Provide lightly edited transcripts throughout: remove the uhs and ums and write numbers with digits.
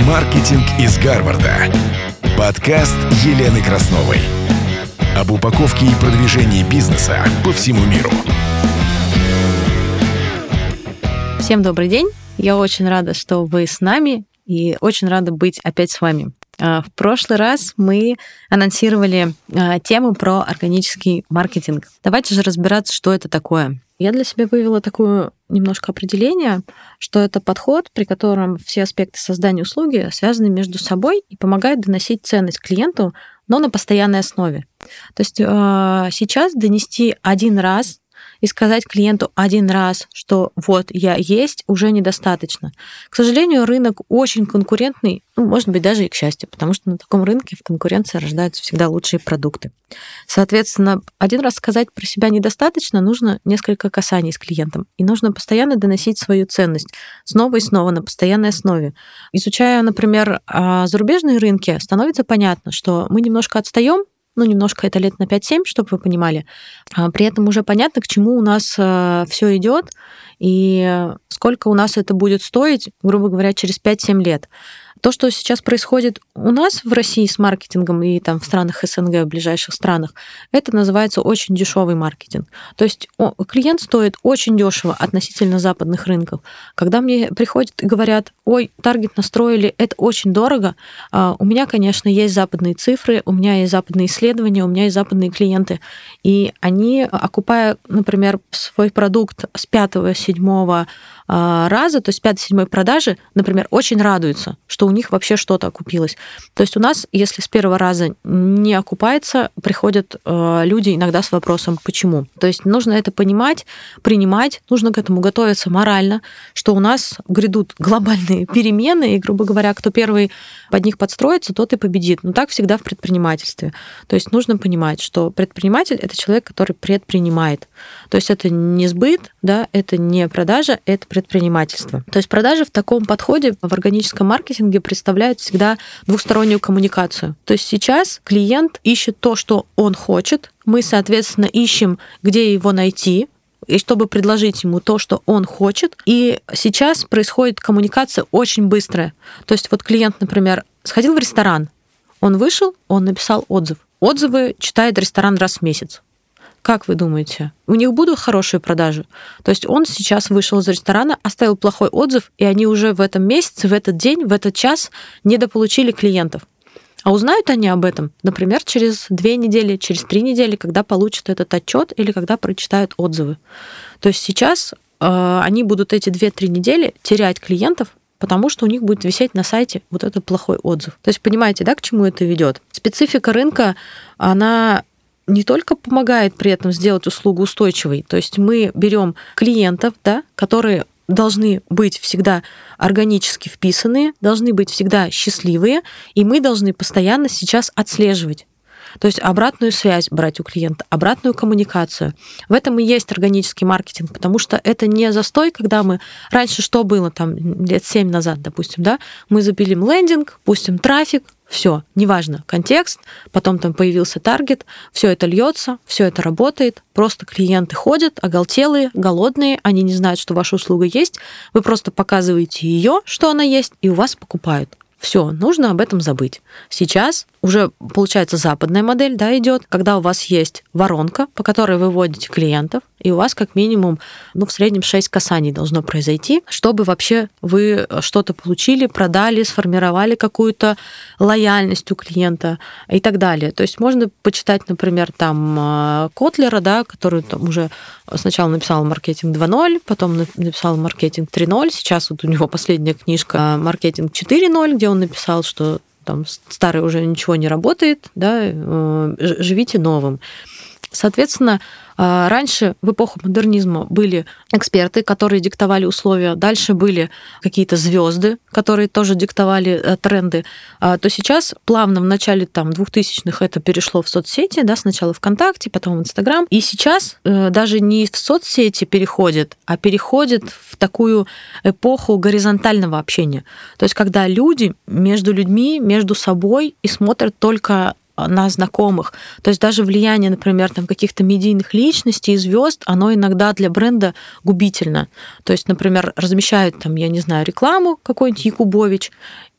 Маркетинг из Гарварда. Подкаст Елены Красновой. Об упаковке и продвижении бизнеса по всему миру. Всем добрый день. Я очень рада, что вы с нами, и очень рада быть опять с вами. В прошлый раз мы анонсировали тему про органический маркетинг. Давайте же разбираться, что это такое. Я для себя вывела такое немножко определение, что это подход, при котором все аспекты создания услуги связаны между собой и помогают доносить ценность клиенту, но на постоянной основе. То есть сейчас донести один раз и сказать клиенту один раз, что вот я есть, уже недостаточно. К сожалению, рынок очень конкурентный, может быть, даже и к счастью, потому что на таком рынке в конкуренции рождаются всегда лучшие продукты. Соответственно, один раз сказать про себя недостаточно, нужно несколько касаний с клиентом. И нужно постоянно доносить свою ценность снова и снова на постоянной основе. Изучая, например, зарубежные рынки, становится понятно, что мы немножко отстаем. Немножко это лет на 5-7, чтобы вы понимали. При этом уже понятно, к чему у нас все идет и сколько у нас это будет стоить, грубо говоря, через 5-7 лет. То, что сейчас происходит у нас в России с маркетингом и там в странах СНГ, в ближайших странах, это называется очень дешевый маркетинг. То есть клиент стоит очень дешево относительно западных рынков. Когда мне приходят и говорят: ой, таргет настроили, это очень дорого, у меня, конечно, есть западные цифры, у меня есть западные исследования, у меня есть западные клиенты. И они, окупая, например, свой продукт с 5-7 раза, то есть 5-7 продажи, например, очень радуются, что у них вообще что-то окупилось. То есть у нас, если с первого раза не окупается, приходят люди иногда с вопросом «почему?». То есть нужно это понимать, принимать, нужно к этому готовиться морально, что у нас грядут глобальные перемены, и, грубо говоря, кто первый под них подстроится, тот и победит. Но так всегда в предпринимательстве. То есть нужно понимать, что предприниматель — это человек, который предпринимает. То есть это не сбыт, да, это не продажа, это предпринимательство. То есть продажи в таком подходе в органическом маркетинге представляют всегда двухстороннюю коммуникацию. То есть сейчас клиент ищет то, что он хочет, мы, соответственно, ищем, где его найти, и чтобы предложить ему то, что он хочет. И сейчас происходит коммуникация очень быстрая. То есть вот клиент, например, сходил в ресторан, он вышел, он написал отзыв. Отзывы читает ресторан раз в месяц. Как вы думаете, у них будут хорошие продажи? То есть он сейчас вышел из ресторана, оставил плохой отзыв, и они уже в этом месяце, в этот день, в этот час недополучили клиентов. А узнают они об этом, например, через 2 недели, через 3 недели, когда получат этот отчет или когда прочитают отзывы. То есть сейчас они будут эти 2-3 недели терять клиентов, потому что у них будет висеть на сайте вот этот плохой отзыв. То есть понимаете, да, к чему это ведет? Специфика рынка, она не только помогает при этом сделать услугу устойчивой, то есть мы берем клиентов, да, которые должны быть всегда органически вписанные, должны быть всегда счастливые, и мы должны постоянно сейчас отслеживать. То есть обратную связь брать у клиента, обратную коммуникацию. В этом и есть органический маркетинг, потому что это не застой, когда мы... Раньше что было там лет 7 назад, допустим, да? Мы запилим лендинг, пустим трафик, все, неважно, контекст, потом там появился таргет, все это льется, все это работает, просто клиенты ходят, оголтелые, голодные, они не знают, что ваша услуга есть, вы просто показываете ее, что она есть, и у вас покупают. Все, нужно об этом забыть. Сейчас уже, получается, западная модель, да, идет, когда у вас есть воронка, по которой вы вводите клиентов, и у вас как минимум, в среднем 6 касаний должно произойти, чтобы вообще вы что-то получили, продали, сформировали какую-то лояльность у клиента и так далее. То есть можно почитать, например, там Котлера, да, который там уже сначала написал «Маркетинг 2.0», потом написал «Маркетинг 3.0», сейчас вот у него последняя книжка «Маркетинг 4.0», где он написал, что там старый уже ничего не работает, да, живите новым. Соответственно, раньше в эпоху модернизма были эксперты, которые диктовали условия, дальше были какие-то звезды, которые тоже диктовали тренды. То сейчас плавно в начале 2000-х это перешло в соцсети, да, сначала ВКонтакте, потом в Инстаграм. И сейчас даже не в соцсети переходит, а переходит в такую эпоху горизонтального общения. То есть когда люди между людьми, между собой и смотрят только на знакомых. То есть даже влияние, например, там, каких-то медийных личностей и звезд, оно иногда для бренда губительно. То есть, например, размещают там, я не знаю, рекламу какой-нибудь Якубович,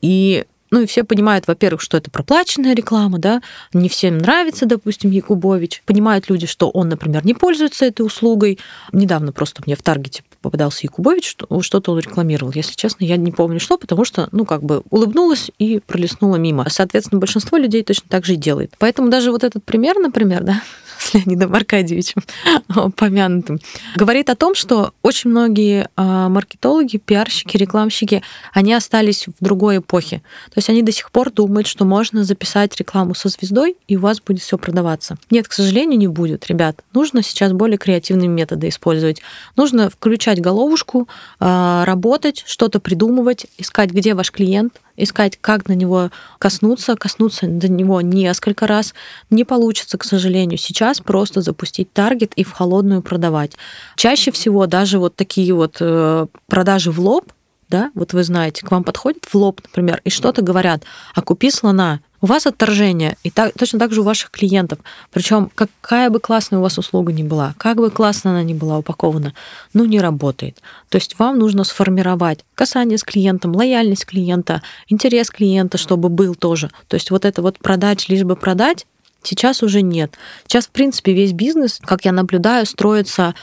и все понимают, во-первых, что это проплаченная реклама, да, не всем нравится, допустим, Якубович. Понимают люди, что он, например, не пользуется этой услугой. Недавно просто мне в Таргете попадался Якубович, что-то он рекламировал. Если честно, я не помню что, потому что, улыбнулась и пролистнула мимо. Соответственно, большинство людей точно так же и делает. Поэтому даже вот этот пример, например, да, с Леонидом Аркадьевичем упомянутым, говорит о том, что очень многие маркетологи, пиарщики, рекламщики, они остались в другой эпохе. То есть они до сих пор думают, что можно записать рекламу со звездой, и у вас будет все продаваться. Нет, к сожалению, не будет, ребят. Нужно сейчас более креативные методы использовать. Нужно включать головушку, работать, что-то придумывать, искать, где ваш клиент, искать, как на него коснуться до него несколько раз. Не получится, к сожалению, сейчас просто запустить таргет и в холодную продавать. Чаще всего даже вот такие вот продажи в лоб, да, вот вы знаете, к вам подходят в лоб, например, и что-то говорят, а купи слона. У вас отторжение, и точно так же у ваших клиентов. Причем какая бы классная у вас услуга ни была, как бы классно она ни была упакована, не работает. То есть вам нужно сформировать касание с клиентом, лояльность клиента, интерес клиента, чтобы был тоже. То есть вот это вот продать, лишь бы продать, сейчас уже нет. Сейчас, в принципе, весь бизнес, как я наблюдаю, строится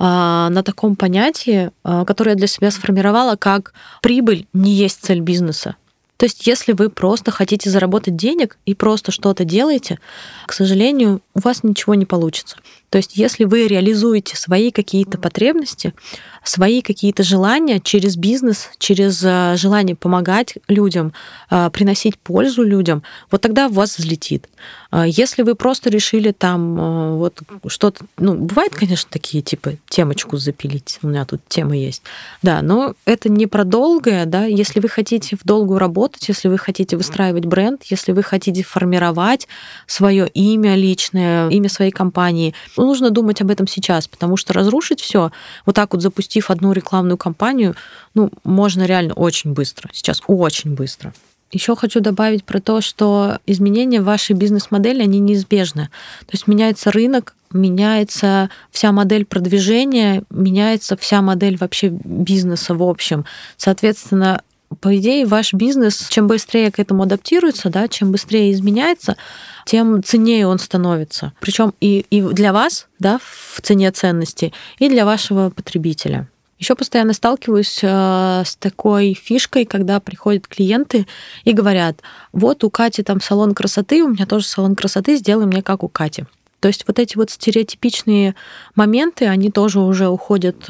на таком понятии, которое я для себя сформировала, как прибыль не есть цель бизнеса. То есть если вы просто хотите заработать денег и просто что-то делаете, к сожалению, у вас ничего не получится. То есть если вы реализуете свои какие-то потребности, свои какие-то желания через бизнес, через желание помогать людям, приносить пользу людям, вот тогда у вас взлетит. Если вы просто решили там вот что-то... бывает, конечно, такие, типа, темочку запилить. У меня тут тема есть. Да, но это не про долгое, да. Если вы хотите в долгую работать, если вы хотите выстраивать бренд, если вы хотите формировать свое имя личное, имя своей компании, нужно думать об этом сейчас, потому что разрушить все вот так вот, запустив одну рекламную кампанию, можно реально очень быстро. Сейчас очень быстро. Еще хочу добавить про то, что изменения в вашей бизнес-модели, они неизбежны. То есть меняется рынок, меняется вся модель продвижения, меняется вся модель вообще бизнеса в общем. Соответственно, по идее, ваш бизнес, чем быстрее к этому адаптируется, да, чем быстрее изменяется, тем ценнее он становится. Причем и для вас, да, в цене ценности, и для вашего потребителя. Еще постоянно сталкиваюсь с такой фишкой, когда приходят клиенты и говорят: вот у Кати там салон красоты, у меня тоже салон красоты, сделай мне как у Кати. То есть вот эти вот стереотипичные моменты, они тоже уже уходят,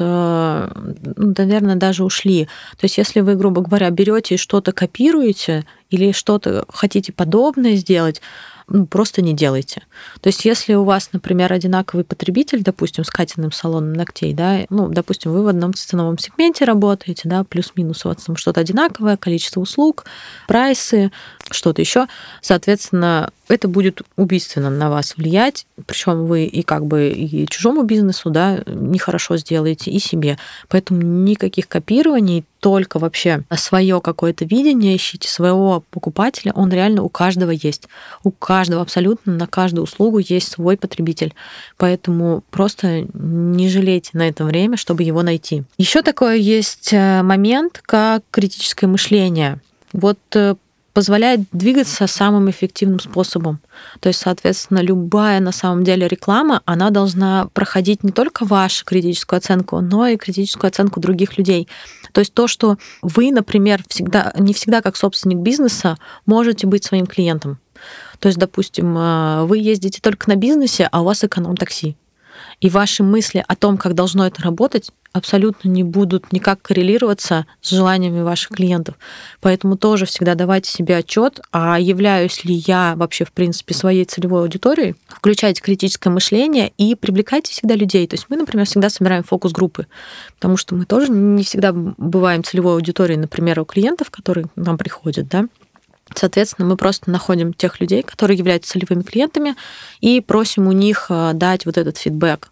наверное, даже ушли. То есть если вы, грубо говоря, берете и что-то копируете или что-то хотите подобное сделать, просто не делайте. То есть если у вас, например, одинаковый потребитель, допустим, с Катиным салоном ногтей, да, допустим, вы в одном ценовом сегменте работаете, да, плюс-минус у вас там что-то одинаковое, количество услуг, прайсы, что-то еще, соответственно, это будет убийственно на вас влиять, причем вы и чужому бизнесу, да, нехорошо сделаете, и себе. Поэтому никаких копирований, только вообще свое какое-то видение, ищите своего покупателя, он реально у каждого есть. У каждого абсолютно, на каждую услугу есть свой потребитель. Поэтому просто не жалейте на это время, чтобы его найти. Еще такой есть момент, как критическое мышление. Вот позволяет двигаться самым эффективным способом. То есть, соответственно, любая на самом деле реклама, она должна проходить не только вашу критическую оценку, но и критическую оценку других людей. То есть то, что вы, например, не всегда как собственник бизнеса можете быть своим клиентом. То есть, допустим, вы ездите только на бизнесе, а у вас эконом-такси. И ваши мысли о том, как должно это работать, абсолютно не будут никак коррелироваться с желаниями ваших клиентов. Поэтому тоже всегда давайте себе отчет, а являюсь ли я вообще, в принципе, своей целевой аудиторией. Включайте критическое мышление и привлекайте всегда людей. То есть мы, например, всегда собираем фокус-группы, потому что мы тоже не всегда бываем целевой аудиторией, например, у клиентов, которые к нам приходят, да. Соответственно, мы просто находим тех людей, которые являются целевыми клиентами, и просим у них дать вот этот фидбэк.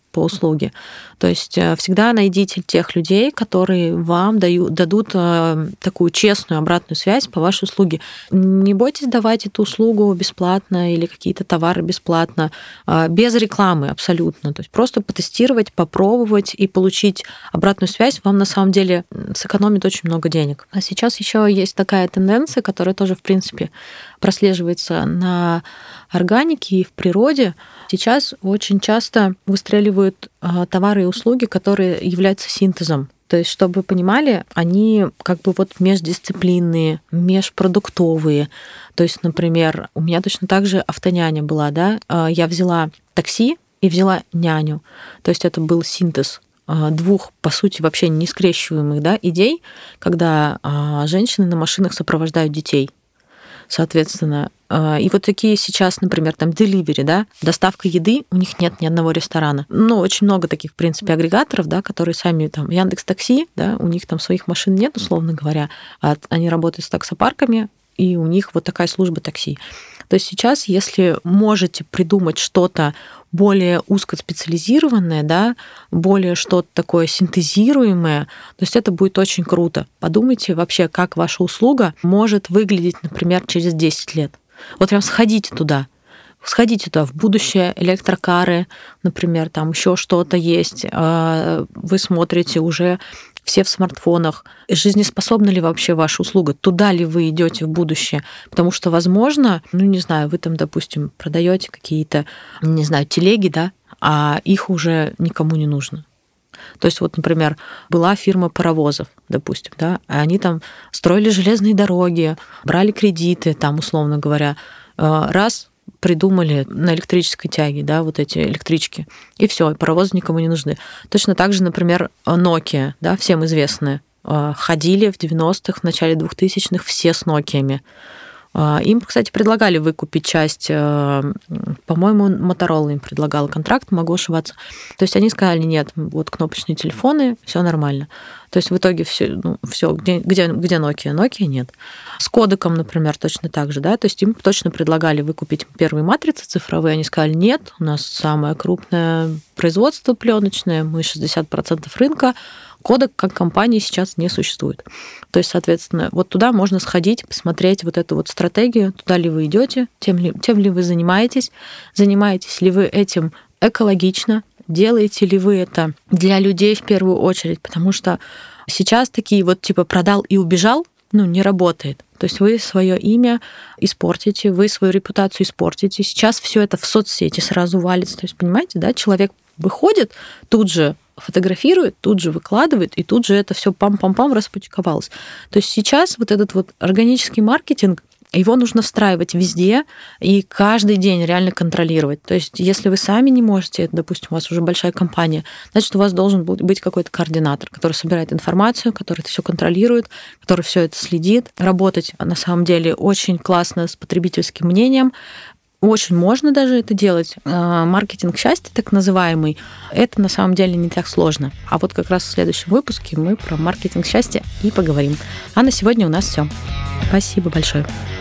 по услуге. То есть всегда найдите тех людей, которые вам дадут такую честную обратную связь по вашей услуге. Не бойтесь давать эту услугу бесплатно или какие-то товары бесплатно, без рекламы абсолютно. То есть просто потестировать, попробовать и получить обратную связь вам на самом деле сэкономит очень много денег. А сейчас еще есть такая тенденция, которая тоже, в принципе, прослеживается на органике и в природе. Сейчас очень часто выстреливают товары и услуги, которые являются синтезом. То есть, чтобы вы понимали, они как бы вот междисциплинные, межпродуктовые. То есть, например, у меня точно так же автоняня была, да, я взяла такси и взяла няню. То есть это был синтез двух, по сути, вообще не скрещиваемых, да, идей, когда женщины на машинах сопровождают детей. Соответственно, и вот такие сейчас, например, там delivery, да, доставка еды, у них нет ни одного ресторана. Ну, очень много таких, в принципе, агрегаторов, да, которые сами там Яндекс.Такси, да, у них там своих машин нет, условно говоря, они работают с таксопарками, и у них вот такая служба такси. То есть сейчас, если можете придумать что-то более узкоспециализированное, да, более что-то такое синтезируемое, то есть это будет очень круто. Подумайте вообще, как ваша услуга может выглядеть, например, через 10 лет. Вот прям сходите туда, в будущее, электрокары, например, там еще что-то есть, вы смотрите уже все в смартфонах. Жизнеспособна ли вообще ваша услуга? Туда ли вы идете в будущее? Потому что, возможно, ну, не знаю, вы там, допустим, продаете какие-то, не знаю, телеги, да, а их уже никому не нужно. То есть вот, например, была фирма паровозов, допустим, да, и они там строили железные дороги, брали кредиты, там, условно говоря, раз придумали на электрической тяге, да, вот эти электрички, и все, паровозы никому не нужны. Точно так же, например, Nokia, да, всем известная, ходили в 90-х, в начале 2000-х все с Nokia'ми. Им, кстати, предлагали выкупить часть, по-моему, Motorola им предлагала контракт, могу ошибаться. То есть они сказали, нет, вот кнопочные телефоны, все нормально. То есть в итоге все, где Nokia? Nokia нет. С кодеком, например, точно так же, да, то есть им точно предлагали выкупить первые матрицы цифровые, они сказали, нет, у нас самое крупное производство пленочное, мы 60% рынка, кодек как компании сейчас не существует. То есть, соответственно, вот туда можно сходить, посмотреть вот эту вот стратегию, туда ли вы идете, тем ли вы занимаетесь ли вы этим экологично, делаете ли вы это для людей в первую очередь, потому что сейчас такие вот типа продал и убежал, не работает. То есть вы свое имя испортите, вы свою репутацию испортите. Сейчас все это в соцсети сразу валится. То есть, понимаете, да, человек выходит, тут же фотографирует, тут же выкладывает, и тут же это все пам-пам-пам распачковалось. То есть сейчас вот этот вот органический маркетинг, его нужно встраивать везде и каждый день реально контролировать. То есть если вы сами не можете, допустим, у вас уже большая компания, значит, у вас должен быть какой-то координатор, который собирает информацию, который это все контролирует, который все это следит. Работать, на самом деле, очень классно с потребительским мнением. Очень можно даже это делать. Маркетинг счастья, так называемый, это на самом деле не так сложно. А вот как раз в следующем выпуске мы про маркетинг счастья и поговорим. А на сегодня у нас все. Спасибо большое.